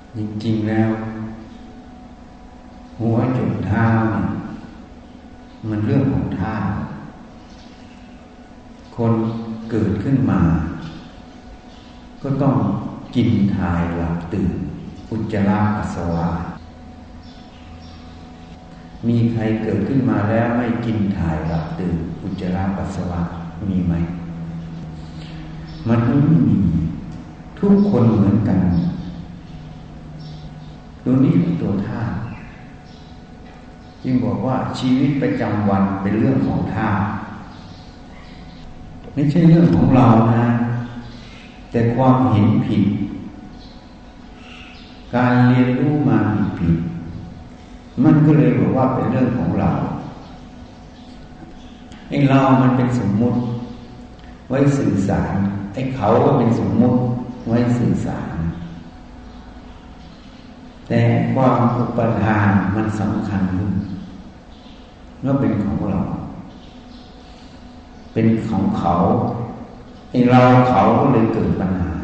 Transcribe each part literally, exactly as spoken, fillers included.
จริงๆแล้วหัวจุดเท้าเนี่ยมันเรื่องของธาตุคนเกิดขึ้นมาก็ต้องกินถ่ายหลับตื่นอุจจาระปัสสาวะมีใครเกิดขึ้นมาแล้วไม่กินถ่ายหลับตื่นอุจจาระปัสสาวะมีไหมมันไม่มีทุกคนเหมือนกันตัวนี้เป็นตัวธาตุจึงบอกว่าชีวิตประจำวันเป็นเรื่องของธาตุไม่ใช่เรื่องของเรานะแต่ความเห็นผิดการเรียนรู้มาผิดผิดมันก็เลยบอกว่าเป็นเรื่องของเราไอ้เรามันเป็นสมมุติไว้สื่อสารไอ้เขาก็เป็นสมมุติไว้สื่อสารแต่ความอุปทานมันสำคัญขึ้นว่าเป็นของเราเป็นของเขาไอ้เราเขาก็เลยเกิดปัญหา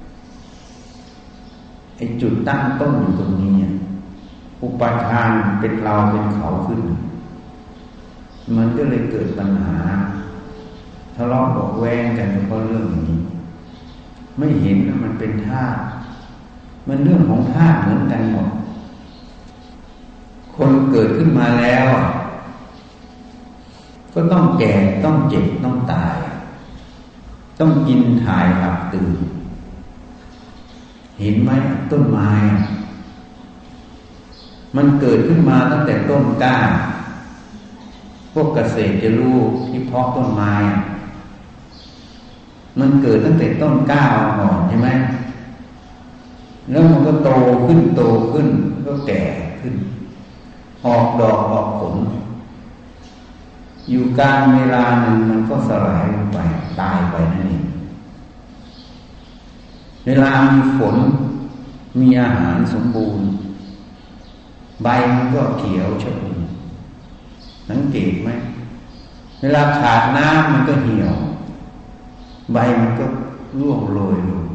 ไอ้จุดตั้งต้นอยู่ตรงนี้อุปทานเป็นเราเป็นเขาขึ้นมันก็เลยเกิดปัญหาทะเลาะเบาะแว้งกันเพราะเรื่องนี้ไม่เห็นว่ามันเป็นธาตุมันเรื่องของธาตุเหมือนกันหมดคนเกิดขึ้นมาแล้วก็ต้องแก่ต้องเจ็บต้องตายต้องกินถ่ายหลับตื่นเห็นไหมต้นไม้มันเกิดขึ้นมาตั้งแต่ต้นกล้าพวกเกษตรจะรู้ที่เพาะต้นไม้มันเกิดตั้งแต่ต้นกล้าก่อนใช่ไหมแล้วมันก็โตขึ้นโตขึ้นก็แก่ขึ้นออกดอกออกผลอยู่กลางเวลาหนึ่งมันก็สลายลงไปตายไปนั่นเองเวลามีฝนมีอาหารสมบูรณ์ใบมันก็เขียวชอุ่มสังเกตไหมเวลาขาดน้ำมันก็เหี่ยวใบมันก็ร่วงโรยลง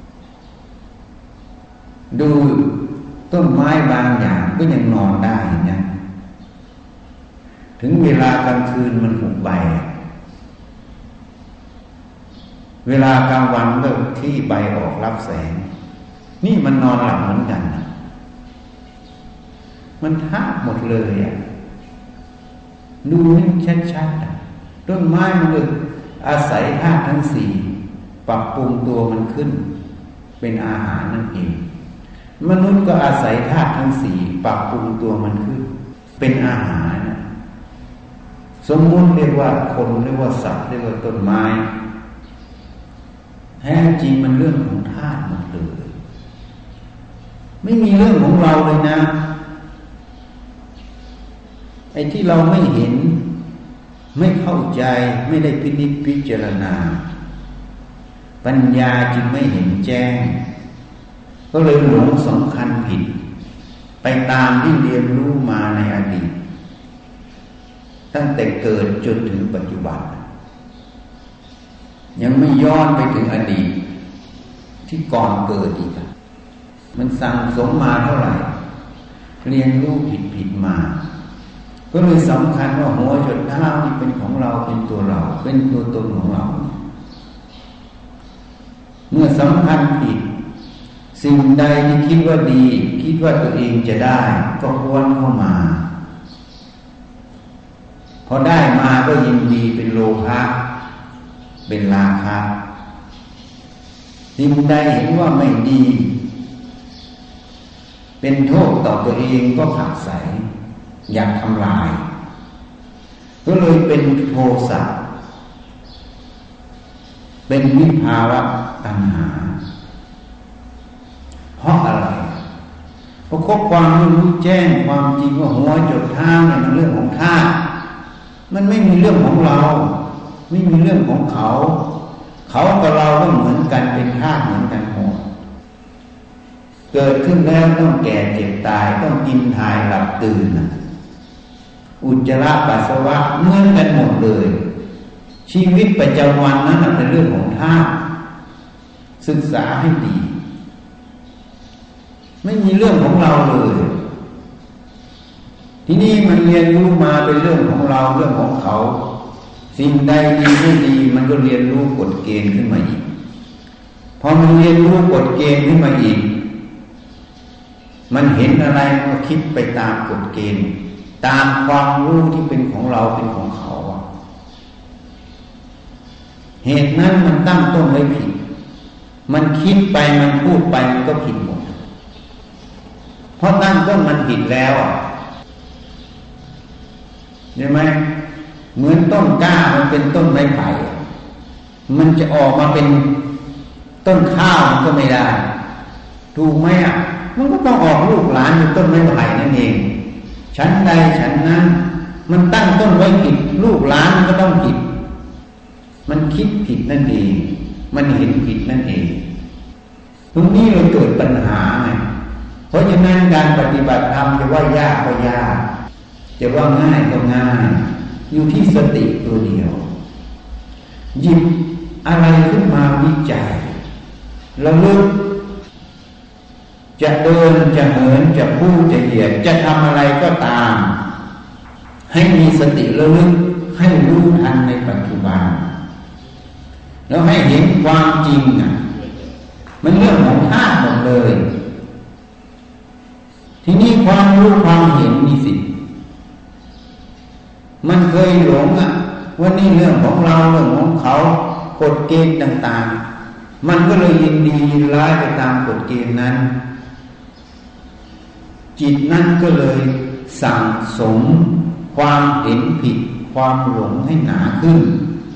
ดูต้นไม้บางอย่างก็ยังนอนได้นะถึงเวลากลางคืนมันหุบใบเวลากลางวันก็ที่ใบออกรับแสงนี่มันนอนหลับเหมือนกันนะมันธาตุหมดเลยอ่ะดูให้ชัดๆต้นไม้มันก็อาศัยธาตุทั้งสี่ปรับปรุงตัวมันขึ้นเป็นอาหารนั่นเองมนุษย์ก็อาศัยธาตุทั้งสี่ปรับปรุงตัวมันขึ้นเป็นอาหารสมมุติเรียกว่าคนเรียกว่าสัตว์เรียกว่าต้นไม้แท้จริงมันเรื่องของธาตุหมดเลยไม่มีเรื่องของเราเลยนะไอ้ที่เราไม่เห็นไม่เข้าใจไม่ได้พินิจพิจารณาปัญญาจึงไม่เห็นแจ้งก็เลยหลงสำคัญผิดไปตามที่เรียนรู้มาในอดีตตั้งแต่เกิดจนถึงปัจจุบันยังไม่ย้อนไปถึงอดีตที่ก่อนเกิดอีกมันสั่งสมมาเท่าไหร่เรียนรู้ผิดผิดมาก็เลยสำคัญว่าหัวจนเท้านี่เป็นของเราเป็นตัวเราเป็นตัวตนของเราเมื่อสำคัญผิดสิ่งใดที่คิดว่าดีคิดว่าตัวเองจะได้ก็ควนเข้ามาพอได้มาก็ยินดีเป็นโลภะเป็นราคะสิ่งใดเห็นว่าไม่ดีเป็นโทษต่อตัวเองก็ผลักไสอยากทำลายก็เลยเป็นโทสะเป็นวิภาวะตัณหาเพราะอะไรเพราะคบความไม่รู้แจ้งความจริงว่าหัวจดเท้าเนี่ยมันเรื่องของธาตุมันไม่มีเรื่องของเราไม่มีเรื่องของเขาเขากับเราก็เหมือนกันเป็นธาตุเหมือนกันหมดเกิดขึ้นแล้วต้องแก่เจ็บตายต้องกินถ่ายหลับตื่นอุจจาระปัสสาวะเหมือนกันหมดเลยชีวิตประจำวันนั้นเป็นเรื่องของธาตุศึกษาให้ดีไม่มีเรื่องของเราเลยทีนี้มันเรียนรู้มาเป็นเรื่องของเราเรื่องของเขาสิ่งใดดีไม่ดีมันก็เรียนรู้กฎเกณฑ์ขึ้นมาอีกพอมันเรียนรู้กฎเกณฑ์ขึ้นมาอีกมันเห็นอะไรมันก็คิดไปตามกฎเกณฑ์ตามความรู้ที่เป็นของเราเป็นของเขาเหตุนั้นมันตั้งต้นไว้ผิดมันคิดไปมันพูดไปมันก็ผิดหมดเพราะตั้งต้นมันผิดแล้วใช่ไหมเหมือนต้นกล้ามันเป็นต้นไม้ไผ่มันจะออกมาเป็นต้นข้าวมันก็ไม่ได้ถูกไหมอ่ะมันก็ต้องออกลูกหลานเป็นต้นไม้ไผ่นั่นเองชั้นใดชั้นนั้นมันตั้งต้นไว้ผิดลูกหลานมันก็ต้องผิดมันคิดผิดนั่นเองมันเห็นผิดนั่นเองตรงนี้เลยเกิดปัญหาไงเพราะฉะนั้นการปฏิบัติธรรมจะว่ายากก็ยากจะว่าง่ายก็ง่ายอยู่ที่สติตัวเดียวหยิบอะไรขึ้นมาวิจัยระลึกจะเดินจะเหินจะพูดจะเหยียดจะทำอะไรก็ตามให้มีสติระลึกให้รู้ทันในปัจจุบันแล้วให้เห็นความจริงอ่ะมันเรื่องของธาตุหมดเลยทีนี้ความรู้ความเห็นนี่สิมันเคยหลงอ่ะว่านี่เรื่องของเราเรื่องของเขากฎเกณฑ์ต่างๆมันก็เลยยินดียินร้ายไปตามกฎเกณฑ์นั้นจิตนั้นก็เลยสั่งสมความเห็นผิดความหลงให้หนาขึ้น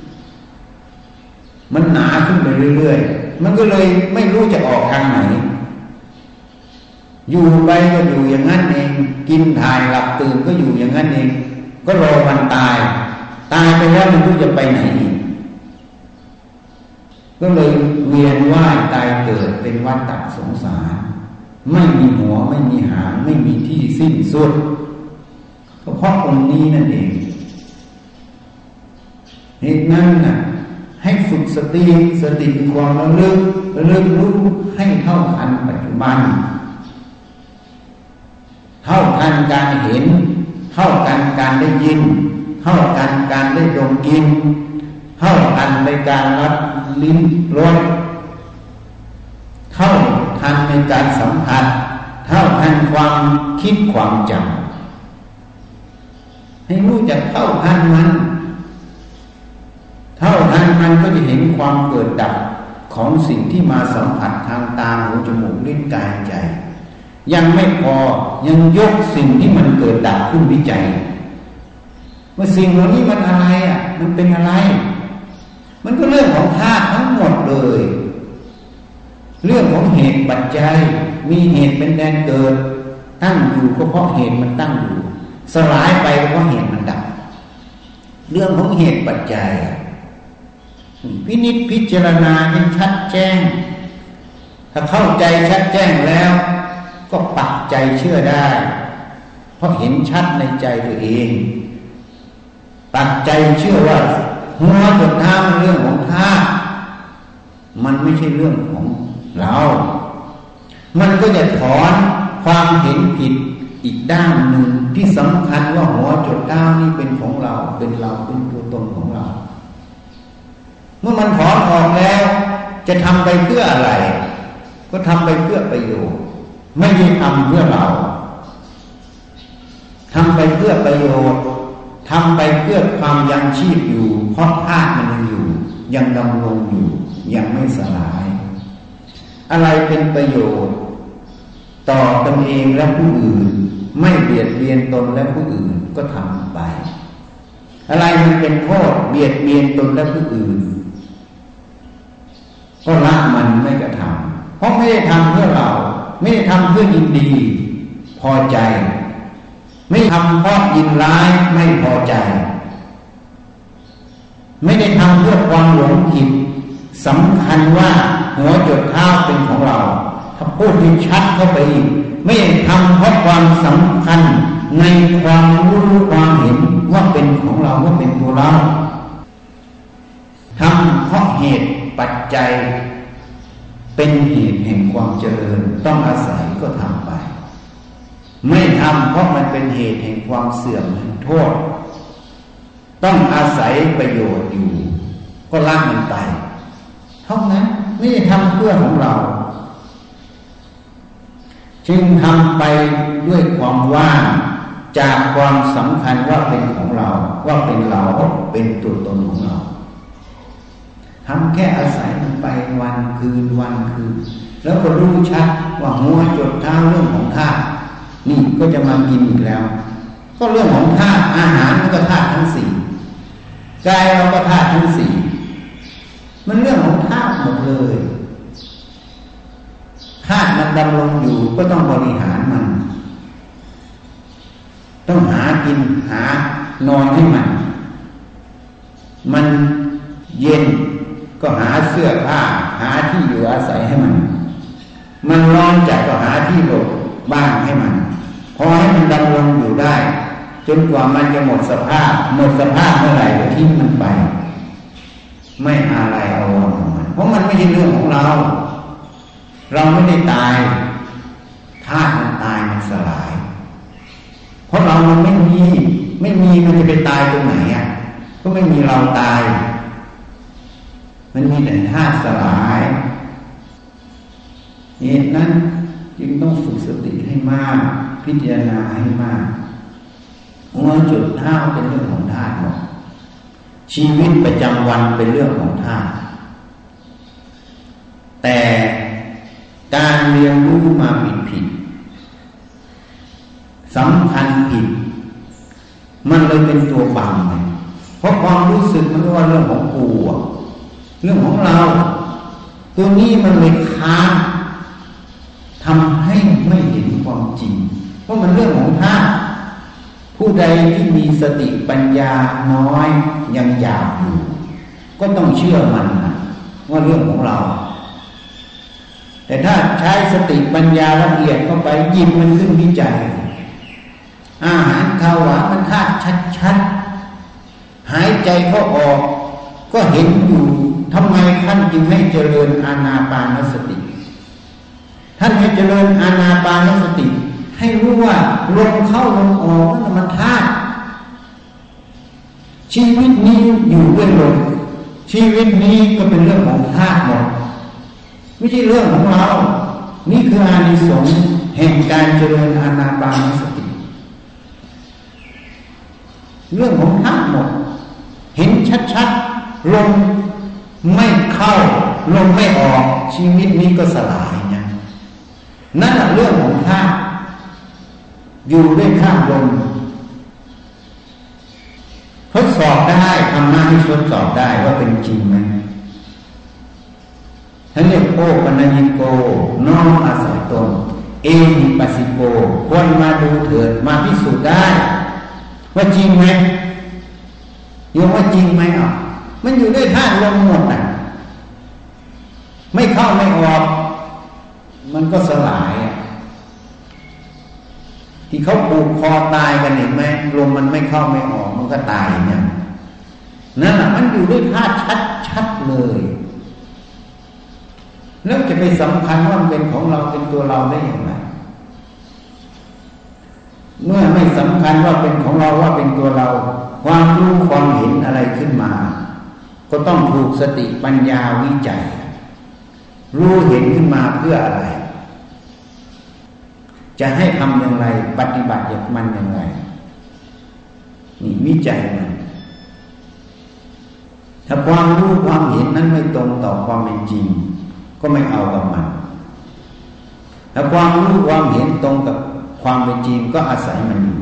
มันหนาขึ้นไปเรื่อยๆมันก็เลยไม่รู้จะออกทางไหนอยู่ไปก็อยู่อย่างนั้นเองกินถ่ายหลับตื่นก็อยู่อย่างนั้นเองก็รอวันตายตายไปแล้วมันรู้จะไปไหนอีกก็เลยเวียนว่ายตายเกิดเป็นวัฏฏะสงสารไม่มีหัวไม่มีหางไม่มีที่สิ้นสุดก็เพราะองค์นี้นั่นเองเหตุนั้นน่ะให้ฝึกสติสติความระลึกระลึกรู้ให้เท่าทันปัจจุบันเท่าทันการเห็นเท่ากันการได้ยินเท่ากันการได้ดมกลิ่นเท่าทันในการรับลิ้มรสเท่าทันในการสัมผัสเท่าทันความคิดความจำให้รู้จักเท่าทันมันเท่าทันมันก็จะเห็นความเกิดดับของสิ่งที่มาสัมผัสทางตาหูจมูกลิ้นกายใจยังไม่พอยังยกสิ่งที่มันเกิดดับขึ้นวิจัยว่าสิ่งเหล่านี้มันอะไรอ่ะมันเป็นอะไรมันก็เรื่องของธาตุทั้งหมดเลยเรื่องของเหตุปัจจัยมีเหตุเป็นแดนเกิดตั้งอยู่ก็เพราะเหตุมันตั้งอยู่สลายไปก็เพราะเหตุมันดับเรื่องของเหตุปัจจัยพินิจพิจารณาให้ชัดแจ้งถ้าเข้าใจชัดแจ้งแล้วก็ปักใจเชื่อได้เพราะเห็นชัดในใจตัวเองปักใจเชื่อว่าหัวจนเท้าเป็นเรื่องของธาตุมันไม่ใช่เรื่องของเรามันก็จะถอนความเห็นผิดอีกด้านหนึ่งที่สำคัญว่าหัวจนเท้านี่เป็นของเราเป็นเราเป็นตัวตนของเราเมื่อมันถอนออกแล้วจะทำไปเพื่ออะไรก็ทำไปเพื่อประโยชน์ไม่ได้ทำเพื่อเราทำไปเพื่อประโยชน์ทำไปเพื่อความยังชีพอยู่เพราะธาตุมันยังอยู่ยังดำรงอยู่ยังไม่สลายอะไรเป็นประโยชน์ต่อตนเองและผู้อื่นไม่เบียดเบียนตนและผู้อื่นก็ทำไปอะไรมันเป็นโทษเบียดเบียนตนและผู้อื่นก็ละมันไม่กระทำเพราะไม่ได้ทำเพื่อเราไม่ได้ทำเพื่อยินดีพอใจไม่ทำเพราะยินร้ายไม่พอใจไม่ได้ทำเพื่อความหลงผิดสำคัญว่าหัวจดเท้าเป็นของเราถ้าพูดที่ชัดเข้าไปอีกไม่ได้ทำเพราะความสำคัญในความรู้ความเห็นว่าเป็นของเราว่าเป็นตัวเราทำเพราะเหตุปัจจัยเป็นเหตุแห่งความเจริญต้องอาศัยก็ทำไปไม่ทำเพราะมันเป็นเหตุแห่งความเสื่อมแห่งโทษต้องอาศัยประโยชน์อยู่ก็ละมันไปเท่านั้นไม่ได้ทำเพื่อของเราจึงทำไปด้วยความว่างจากความสำคัญว่าเป็นของเราว่าเป็นเราเป็นตัวตนของเราทำแค่อาศัยมันไปวันคืนวันคืนแล้วก็รู้ชัดว่าหัวจดเท้าเรื่องของธาตุนี่ก็จะมากินอีกแล้วก็เรื่องของธาตุอาหารมันก็ธาตุทั้งสี่กายเราก็ธาตุทั้งสี่มันเรื่องของธาตุหมดเลยธาตุมันดำรงอยู่ก็ต้องบริหารมันต้องหากินหานอนให้มันมันเย็นก็หาเสื้อผ้าหาที่อยู่อาศัยให้มันมันร้อนจัดก็หาที่หลบบ้านให้มันพอให้มันดำรงอยู่ได้จนกว่ามันจะหมดสภาพหมดสภาพเมื่อไหร่ก็ทิ้งมันไปไม่อะไรเอาของมันเพราะมันไม่ใช่เรื่องของเราเราไม่ได้ตายธาตุมันตายมันสลายเพราะเรามันไม่มีไม่มีมันจะไปตายตรงไหนอ่ะก็ไม่มีเราตายมันมีแต่ธาตุสลายเหตุนั้นจึงต้องฝึกสติให้มากพิจารณาให้มากหัวจุดเท้าเป็นเรื่องของธาตุหมดชีวิตประจำวันเป็นเรื่องของธาตุแต่การเรียนรู้มาผิดผิดสำคัญผิดมันเลยเป็นตัวบังเพราะความรู้สึกมันว่าเรื่องของกูเรื่องของเราตัวนี้มันเลยค้างทำให้ไม่เห็นความจริงเพราะมันเรื่องของธาตุผู้ใดที่มีสติปัญญาน้อยยังหยาบอยู่ก็ต้องเชื่อมันว่าเรื่องของเราแต่ถ้าใช้สติปัญญาละเอียดเข้าไปหยิบมันขึ้นวิจัยอาหารข้าวหวานมันธาตุชัดๆหายใจเข้าออกก็เห็นอยู่ทำไมท่านจึงให้เจริญอานาปานสติท่านให้เจริญอานาปานสติให้รู้ว่าลมเข้าลมออกนั่นมันธาตุชีวิตนี้อยู่ด้วยลมชีวิตนี้ก็เป็นเรื่องของธาตุหมดไม่ใช่เรื่องของเรานี่คืออานิสงส์แห่งการเจริญอานาปานสติเรื่องของธาตุหมดเห็นชัดๆลมไม่เข้าลมไม่ออกชีวิตนี้ก็สลายนะนั่นแหละเรื่องของธาตุอยู่ด้วยข้ามลมทดสอบได้ทำหน้าที่ทดสอบได้ว่าเป็นจริงไหมท่านเรียกโอปัญญิโกน้อมอาศัยตนเอหิปัสสิโกควรมาดูเถิดมาพิสูจน์ได้ว่าจริงไหมโยมว่าจริงไหมอ่ะมันอยู่ด้วยธาตุลมหมดอ่ะไม่เข้าไม่ออกมันก็สลายอ่ะที่เขาปลูกคอตายกันเห็นไหมลมมันไม่เข้าไม่ออกมันก็ตายเนี่ยนั่นแหละมันอยู่ด้วยธาตุชัดๆเลยแล้วจะไปสำคัญว่ามันเป็นของเราเป็นตัวเราได้อย่างไรเมื่อไม่สำคัญว่าเป็นของเราว่าเป็นตัวเราความรู้ความเห็นอะไรขึ้นมาก็ต้องถูกสติปัญญาวิจัยรู้เห็นขึ้นมาเพื่ออะไรจะให้ทำอย่างไรปฏิบัติอย่างมันอย่างไรนี่วิจัยมันถ้าความรู้ความเห็นนั้นไม่ตรงต่อความเป็นจริงก็ไม่เอากับมันถ้าความรู้ความเห็นตรงกับความเป็นจริงก็อาศัยมันอยู่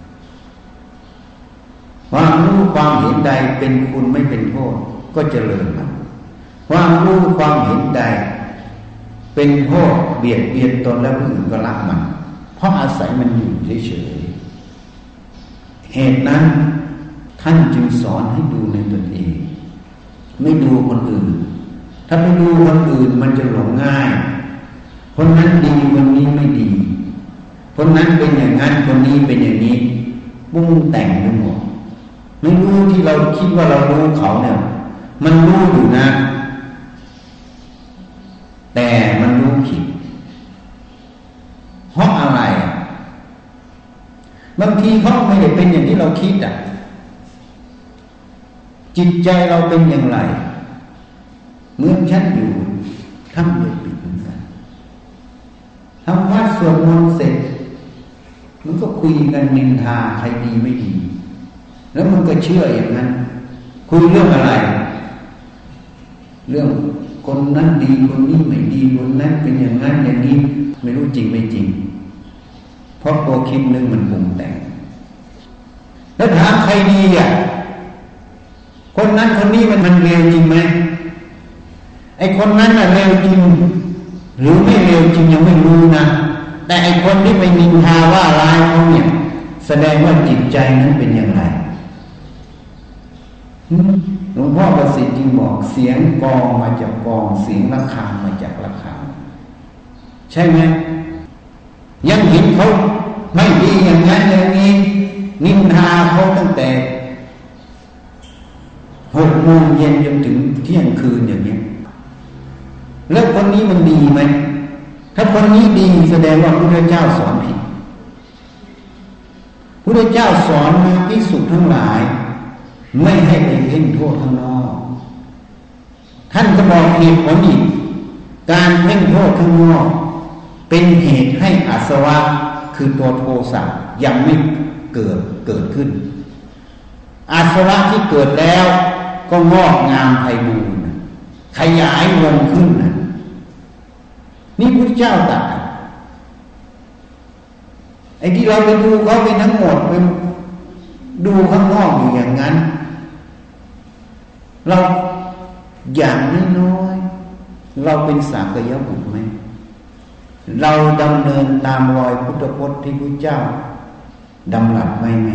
ความรู้ความเห็นใดเป็นคุณไม่เป็นโทษก็เจริญมันความรู้ความเห็นใดเป็นโทษเบียดเบียนตนและผู้อื่นก็ละมันเพราะอาศัยมันอยู่เฉยๆเหตุนั้นท่านจึงสอนให้ดูในตนเองไม่ดูคนอื่นถ้าไปดูคนอื่นมันจะหลงง่ายคนนั้นดีคนนี้ไม่ดีคนนั้นเป็นอย่างนั้นคนนี้เป็นอย่างนี้ปุ้งแต่งไปหมดไม่รู้ที่เราคิดว่าเรารู้เขาเนี่ยมันรู้อยู่นะแต่มันรู้ผิดเพราะอะไรบางทีเขาไม่ได้เป็นอย่างที่เราคิดอ่ะจิตใจเราเป็นอย่างไรเมื่อฉันอยู่ทำเดือดปิดเหมือนกันทำวัดสวดมนต์เสร็จมันก็คุยกันนินทาใครดีไม่ดีแล้วมันก็เชื่ออย่างนั้นคุยเรื่องอะไรเรื่องคนนั้นดีคนนี้ไม่ดีคนนั้นเป็นอย่างนั้นอย่างนี้ไม่รู้จริงไม่จริงเพราะตัวคิดนึงมันปรุงแต่งแล้วถามใครดีอ่ะคนนั้นคนนี้มันมันเลวจริงไหมไอ้คนนั้นน่ะเลวจริงหรือไม่เลวจริงยังไม่รู้นะแต่ไอ้คนที่ไปนินทาว่าร้ายเขาเนี่ยแสดงว่าจิตใจนั้นเป็นอย่างไรหลวงพ่อประสิทธิ์จึงบอกเสียงกองมาจากกองเสียงระฆังมาจากระฆังใช่ไหมยังเห็นเขาไม่ดีอย่างนั้นอย่างนี้นินทาเขาตั้งแต่หกโมงเย็นจนถึงเที่ยงคืนอย่างนี้แล้วคนนี้มันดีไหมถ้าคนนี้ดีแสดงว่าพระพุทธเจ้าสอนผิดพระพุทธเจ้าสอนมาภิกษุทั้งหลายไม่ให้ไปเพ่งโทษข้างนอกท่านก็บอกเหตุผลอีกการเพ่งโทษข้างนอกเป็นเหตุให้อาสวะคือตัวโทสะยังไม่เกิดเกิดขึ้นอาสวะที่เกิดแล้วก็งอกงามไพบูรณ์ขยายวงขึ้นนะนี่พุทธเจ้าตรัสไอ้ที่เราไปดูเขาเป็นทั้งหมดไปดูข้างนอกอยู่อย่างนั้นเราอย่างน้อยๆเราเป็นสากยบุตรไหมเราดำเนินตามรอยพุทธพจน์ที่พระเจ้าดำรัสไว้ไหม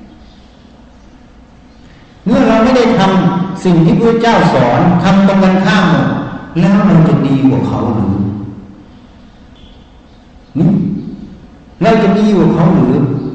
เมื่อเราไม่ได้ทำสิ่งที่พระเจ้าสอนทำตรงกันข้ามหมดแล้วเราจะดีกว่าเขาหรือเราจะดีกว่าเขาหรือ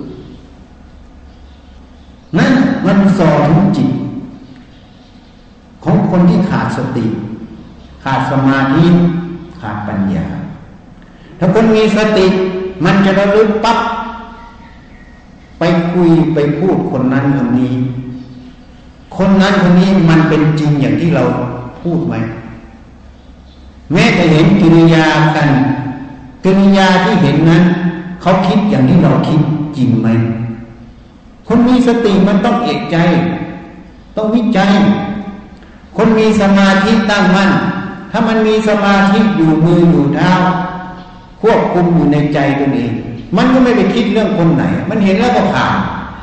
นั่นมันสอนถึงจิตของคนที่ขาดสติขาดสมาธิขาดปัญญาถ้าคนมีสติมันจะระลึกปั๊บไปคุยไปพูดคนนั้นคนนี้คนนั้นคนนี้มันเป็นจริงอย่างที่เราพูดไหมแม้แต่เห็นกิริยากันกิริยาที่เห็นนั้นเขาคิดอย่างที่เราคิดจริงไหมคนมีสติมันต้องเอกใจต้องวิจัยคนมีสมาธิตั้งมั่นถ้ามันมีสมาธิอยู่มืออยู่เท้าควบคุมอยู่ในใจตัวเองมันก็ไม่ไปคิดเรื่องคนไหนมันเห็นแล้วก็ผ่าน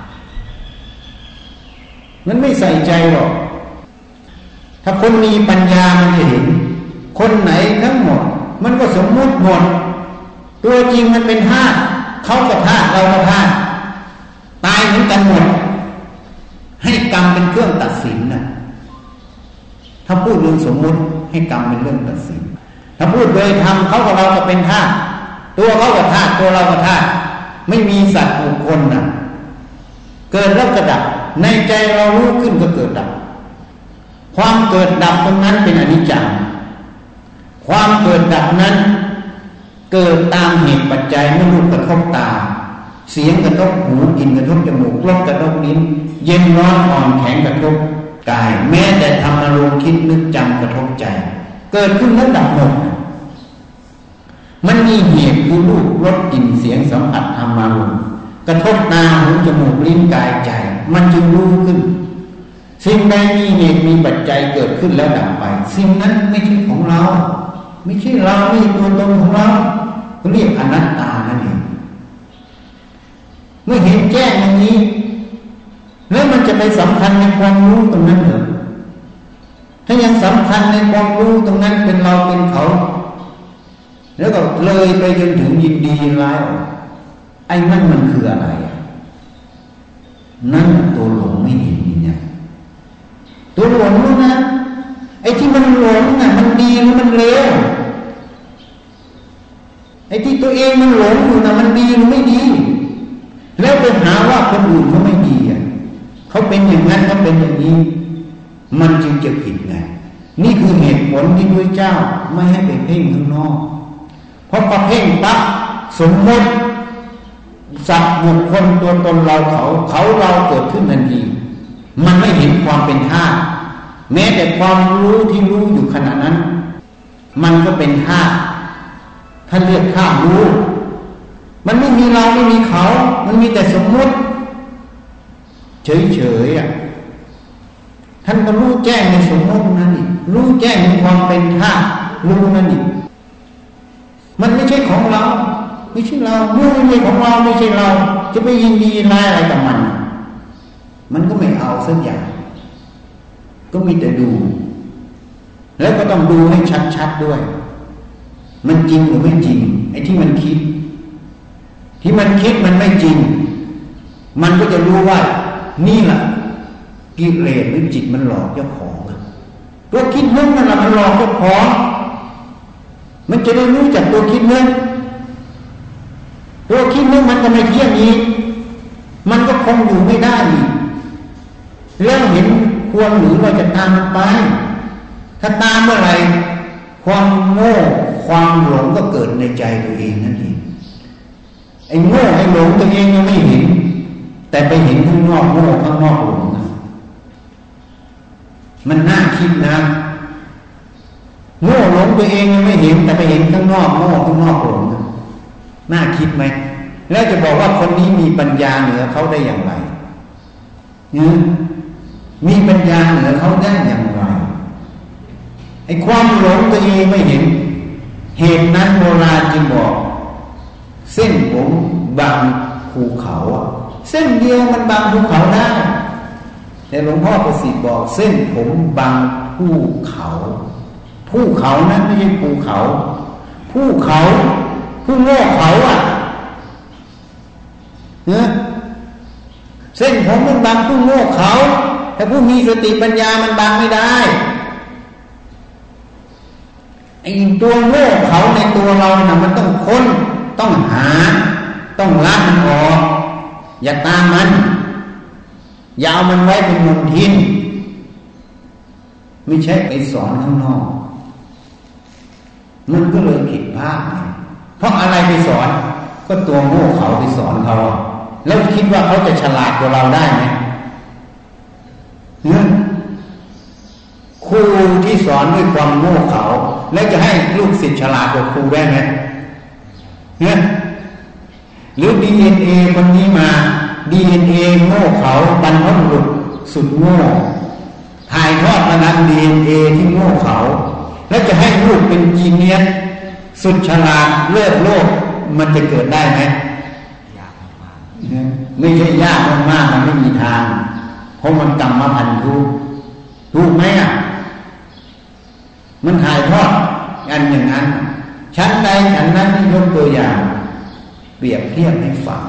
มันไม่ใส่ใจหรอกถ้าคนมีปัญญามันจะเห็นคนไหนทั้งหมดมันก็สมมุติหมดตัวจริงมันเป็นธาตุเขาก็ธาตุเราก็ธาตุตายเหมือนกันหมดให้กรรมเป็นเครื่องตัดสินนะถ้าพูดเรื่องสมมุติให้กรรมเป็นเรื่องตัดสินถ้าพูดโดยธรรมเขากับเราก็เป็นธาตุตัวเขาก็ธาตุตัวเราก็ธาตุไม่มีสัตว์บุคคลนะเกิดแล้วก็ดับในใจเรารู้ขึ้นก็เกิดดับความเกิดดับตรงนั้นเป็นอนิจจังความเกิดดับนั้นเกิดตามเหตุปัจจัยเมื่อรูปกระทบตาเสียงกระทบหูกลิ่นกระทบจมูกรสกระทบลิ้นเย็นร้อนอ่อนแข็งกระทบกายแม้แต่ธรรมอารมณ์คิดนึกจำกระทบใจเกิดขึ้นแล้วดับหมดมันมีเหตุคือรูปรสกลิ่นเสียงสัมผัสธรรมอารมณ์กระทบตาหูจมูกลิ้นกายใจมันจึงรู้ขึ้นสิ่งใดมีเหตุมีปัจจัยเกิดขึ้นแล้วดับไปสิ่งนั้นไม่ใช่ของเราไม่ใช่เราไม่ใช่ตัวตนของเราเขาเรียกอนัตตานั่นเองเมื่อเห็นแจ้งอย่างนี้แล้วมันจะไปสำคัญในความรู้ตรงนั้นเหรอถ้ายังสำคัญในความรู้ตรงนั้นเป็นเราเป็นเขาแล้วก็เลยไปจนถึงยินดียินร้ายไอ้นั่นมันคืออะไรนั่นตัวหลงไม่เห็นนี่เนี่ยตัวหลงรู้นะไอ้ที่มันหลงน่ะมันดีหรือมันเลวไอ้ที่ตัวเองมันหลงอยู่น่ะมันดีหรือไม่ดีแล้วไปหาว่าคนอื่นเขาไม่ดีอ่ะเขาเป็นอย่างนั้นเขาเป็นอย่างนี้มันจึงจะผิดไงนี่คือเหตุผลที่พระเจ้าไม่ให้ไปเพ่งข้างนอกเพราะพอเพ่งปั๊บสมมติสัตว์บุคคลตัวตนเราเขาเขาเราเกิดขึ้นทันทีมันไม่เห็นความเป็นธาตุแม้แต่ความรู้ที่รู้อยู่ขณะนั้นมันก็เป็นธาตุท่านเรียกธาตุรู้มันไม่มีเราไม่มีเขามันมีแต่สมมติเฉยๆอ่ะท่านก็รู้แจ้งในสมมตินั้นอีกรู้แจ้งในความเป็นธาตุรู้นั่นอีกมันไม่ใช่ของเราไม่ใช่เรารู้ไม่ใช่ของเราไม่ใช่เราจะไปยินดีร้ายอะไรกับมันมันก็ไม่เอาสักอย่างก็มีแต่ดูแล้วก็ต้องดูให้ชัดๆด้วยมันจริงหรือไม่จริงไอ้ที่มันคิดที่มันคิดมันไม่จริงมันก็จะรู้ว่านี่แหละกิเลสหรือจิตมันหลอกเจ้าของตัวคิดนึกนั่นแหละมันหลอกเจ้าของมันจะได้รู้จักตัวคิดนึกตัวคิดนึกมันก็ไม่เที่ยงอีกมันก็คงอยู่ไม่ได้อีกเรื่องเห็นควรหรือเราจะตามมันไปถ้าตามเมื่อไหร่ความโง่ความหลงก็เกิดในใจตัวเองนั่นเองไอ้โง่ไอ้หลงตัวเองยังไม่เห็นแต่ไปเห็นข้างนอกโง่ข้างนอกหลงนะมันน่าคิดนะโง่หลงตัวเองยังไม่เห็นแต่ไปเห็นข้างนอกโง่ข้างนอกหลงนะน่าคิดไหมแล้วจะบอกว่าคนนี้มีปัญญาเหนือเขาได้อย่างไรเนี่ยมีปัญญาเหนือเขาได้อย่างไรไอ้ความหลงตัวเองไม่เห็นเหตุนั้นโบราณจึงบอกเส้นผมบังภูเขาเส้นเดียวมันบังภูเขาได้แต่หลวงพ่อประสิทธิ์บอกเส้นผมบังภูเขาภูเขานั้นไม่ใช่ภูเขาภูเขาผู้โง่เขาอ่ะเนี่ยเส้นผมมันบังผู้โง่เขาแต่ผู้มีสติปัญญามันบังไม่ได้ไอ้ตัวโง่เขาในตัวเรานะมันต้องค้นต้องหาต้องละมันออกอย่าตามมันอย่าเอามันไว้เป็นมลทินไม่ใช่ไปสอนข้างนอกมันก็เลยผิดพลาดเพราะอะไรไปสอนก็ตัวโง่เขาไปสอนเขาแล้วคิดว่าเขาจะฉลาดกว่าเราได้ไหมเนี่ยครูที่สอนด้วยความโง่เขาแล้วจะให้ลูกศิษย์ฉลาดกว่าครูได้ไหมเนี่ยหรือ ดี เอ็น เอ คนนี้มา ดี เอ็น เอ โง่เขาบรรพบุรุษสุดโง่ถ่ายทอดมานั้น ดี เอ็น เอ ที่โง่เขาแล้วจะให้ลูกเป็นจีเนียสสุดฉลาดเลิศโลกมันจะเกิดได้ไหมยากมากไม่ใช่ยากมากมันไม่มีทางเพราะมันกรรมพันธุ์ทุกถูกไหมอ่ะมันถ่ายทอดกันอย่างนั้นชั้นใดชั้นนั้นที่ยกตัวอย่างเปรียบเทียบให้ฟัง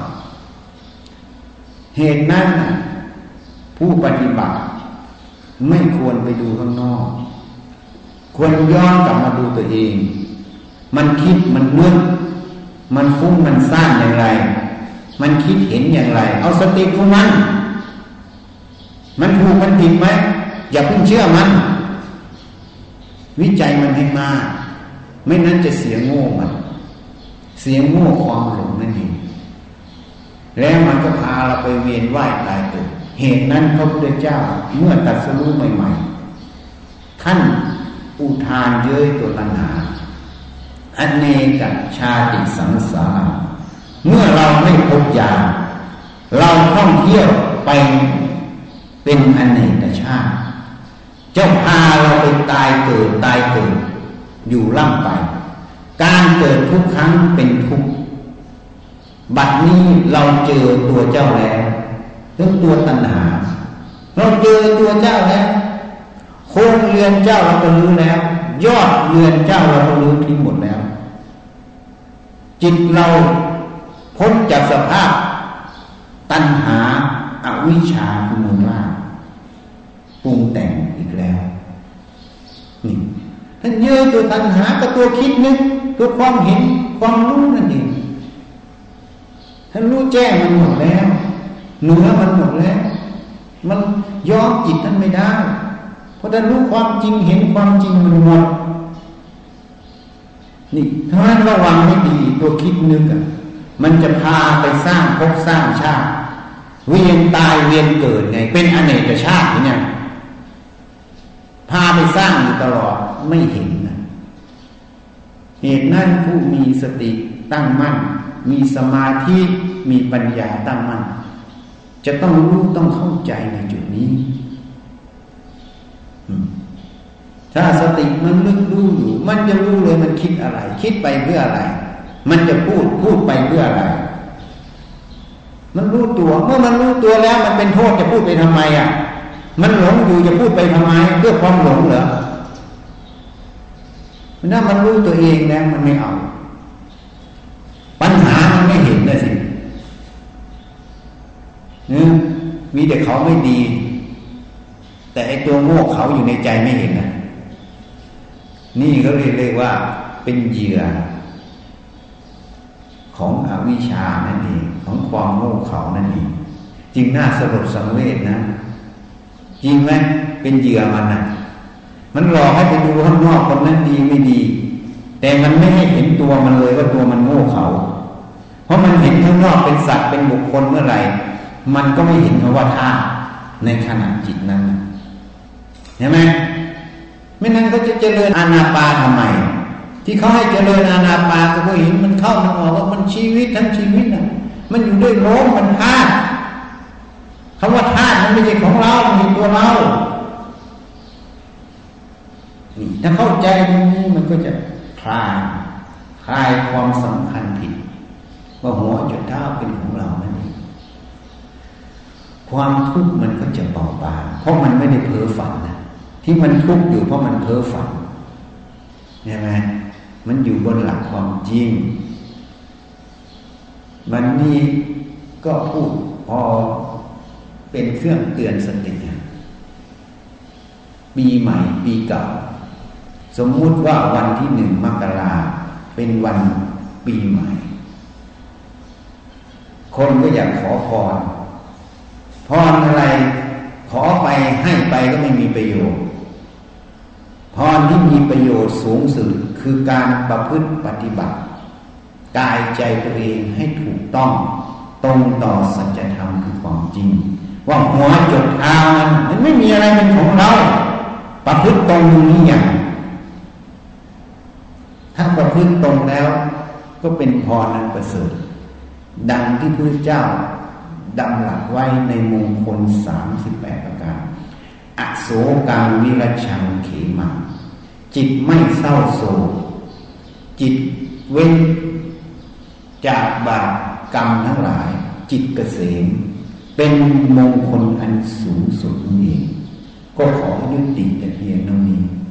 เหตุนั้นผู้ปฏิบัติไม่ควรไปดูข้างนอกควรย้อนกลับมาดูตัวเองมันคิดมันนึกมันฟุ้งมันซ่านอย่างไรมันคิดเห็นอย่างไรเอาสติของมันมันถูกมันผิดไหมอย่าเพิ่งเชื่อมันวิจัยมันให้มากไม่นั้นจะเสียโง่มันเสียโง่ความหลงนั่นเองแล้วมันก็พาเราไปเวียนว่ายตายเกิดเหตุนั้นพระพุทธเจ้าเมื่อตรัสรู้ใหม่ๆท่านอุทานเย้ยตัวตัณหาอเนกชาติสังสารเมื่อเราไม่พบญาณเราท่องเที่ยวไปเป็นอเนกชาติเจ้าพาเราไปตายเกิดตายเกิดอยู่ล่ำไปการเกิดทุกครั้งเป็นทุกข์บัดนี้เราเจอตัวเจ้าแล้วเรื่องตัวตัณหาเราเจอตัวเจ้าแล้วโครงเรือนเจ้าเราก็รู้แล้วยอดเรือนเจ้าเราก็รู้ทิ้งหมดแล้วจิตเราพ้นจากสภาพตัณหาอวิชชาคือมูลรากปรุงแต่งอีกแล้วนี่ท่านเยอะตัวตัณหากับตัวคิดนึกตัวความเห็นความรู้นั่นเองท่านรู้แจ้งมันหมดแล้วเหนือมันหมดแล้วมันย้อมจิตท่านไม่ได้เพราะท่านรู้ความจริงเห็นความจริงมันหมดนี่ถ้าระวังไม่ดีตัวคิดนึกอ่ะมันจะพาไปสร้างภพสร้างชาติเวียนตายเวียนเกิดไงเป็นอเนกชาติเนี่ยพาไปสร้างอยู่ตลอดไม่เห็นนะเหตุนั้นผู้มีสติตั้งมั่นมีสมาธิมีปัญญาตั้งมั่นจะต้องรู้ต้องเข้าใจในจุดนี้ถ้าสติมันลึกรู้อยู่มันจะรู้เลยมันคิดอะไรคิดไปเพื่ออะไรมันจะพูดพูดไปเพื่ออะไรมันรู้ตัวเมื่อมันรู้ตัวแล้วมันเป็นโทษจะพูดไปทำไมอ่ะมันหลงอยู่จะพูดไปทำไมเพื่อความหลงเหรอถ้ามันรู้ตัวเองแล้วมันไม่เอาปัญหามันไม่เห็นเลยสินี่มีแต่เขาไม่ดีแต่ไอ้ตัวโง่เขาอยู่ในใจไม่เห็นนะนี่เขาเรียกเลยว่าเป็นเหยื่อของอวิชชานั่นเองของความโง่เขานั่นเองจริงน่าสลดสังเวชนะจริงไหมเป็นเหยื่อมันนะมันหลอกให้ไปดูข้างนอกคนนั้นดีไม่ดีแต่มันไม่ให้เห็นตัวมันเลยว่าตัวมันโง่เขาเพราะมันเห็นข้างนอกเป็นสัตว์เป็นบุคคลเมื่อไหร่มันก็ไม่เห็นคำว่าธาตุในขณะจิตนั้นเห็นไหมไม่นั้นก็จะเจริญอานาปานทำไมที่เขาให้เจริญอานาปานก็เพราะเห็นมันเข้ามันออกว่ามันชีวิตทั้งชีวิตน่ะมันอยู่ด้วยลมมันธาตุคำว่าธาตุมันไม่ใช่ของเรามันเป็นตัวเรานี่ถ้าเข้าใจตรงนี้มันก็จะคลายคลายความสำคัญผิดว่าหัวจุดเท้าเป็นของเรานั่นเองความทุกข์มันก็จะเบาบางเพราะมันไม่ได้เพ้อฝันนะที่มันทุกข์อยู่เพราะมันเพ้อฝันใช่ไหมมันอยู่บนหลักความจริงวันนี้ก็พูดพอเป็นเครื่องเตือนสติปีใหม่ปีเก่าสมมุติว่าวันที่หนึ่งมกราเป็นวันปีใหม่คนก็อยากขอพรพรอะไรขอไปให้ไปก็ไม่มีประโยชน์พรที่มีประโยชน์สูงสุดคือการประพฤติปฏิบัติกายใจตัวเองให้ถูกต้องตรงต่อสัจธรรมคือความจริงว่าหัวจดเท้ามันมันไม่มีอะไรเป็นของเราประพฤติตรงนี้อย่างถ้าประพฤติตรงแล้วก็เป็นพรนั้นประเสริฐดังที่พระเจ้าดำรัสไว้ในมงคลสามสิบแปดประการอโศกังวิรัชชังเขมังจิตไม่เศร้าโศกจิตเว้นจากบาปกรรมทั้งหลายจิตเกษมเป็นมงคลอันสูงสุดนี้ก็ขอยุติแต่เพียงเท่านี้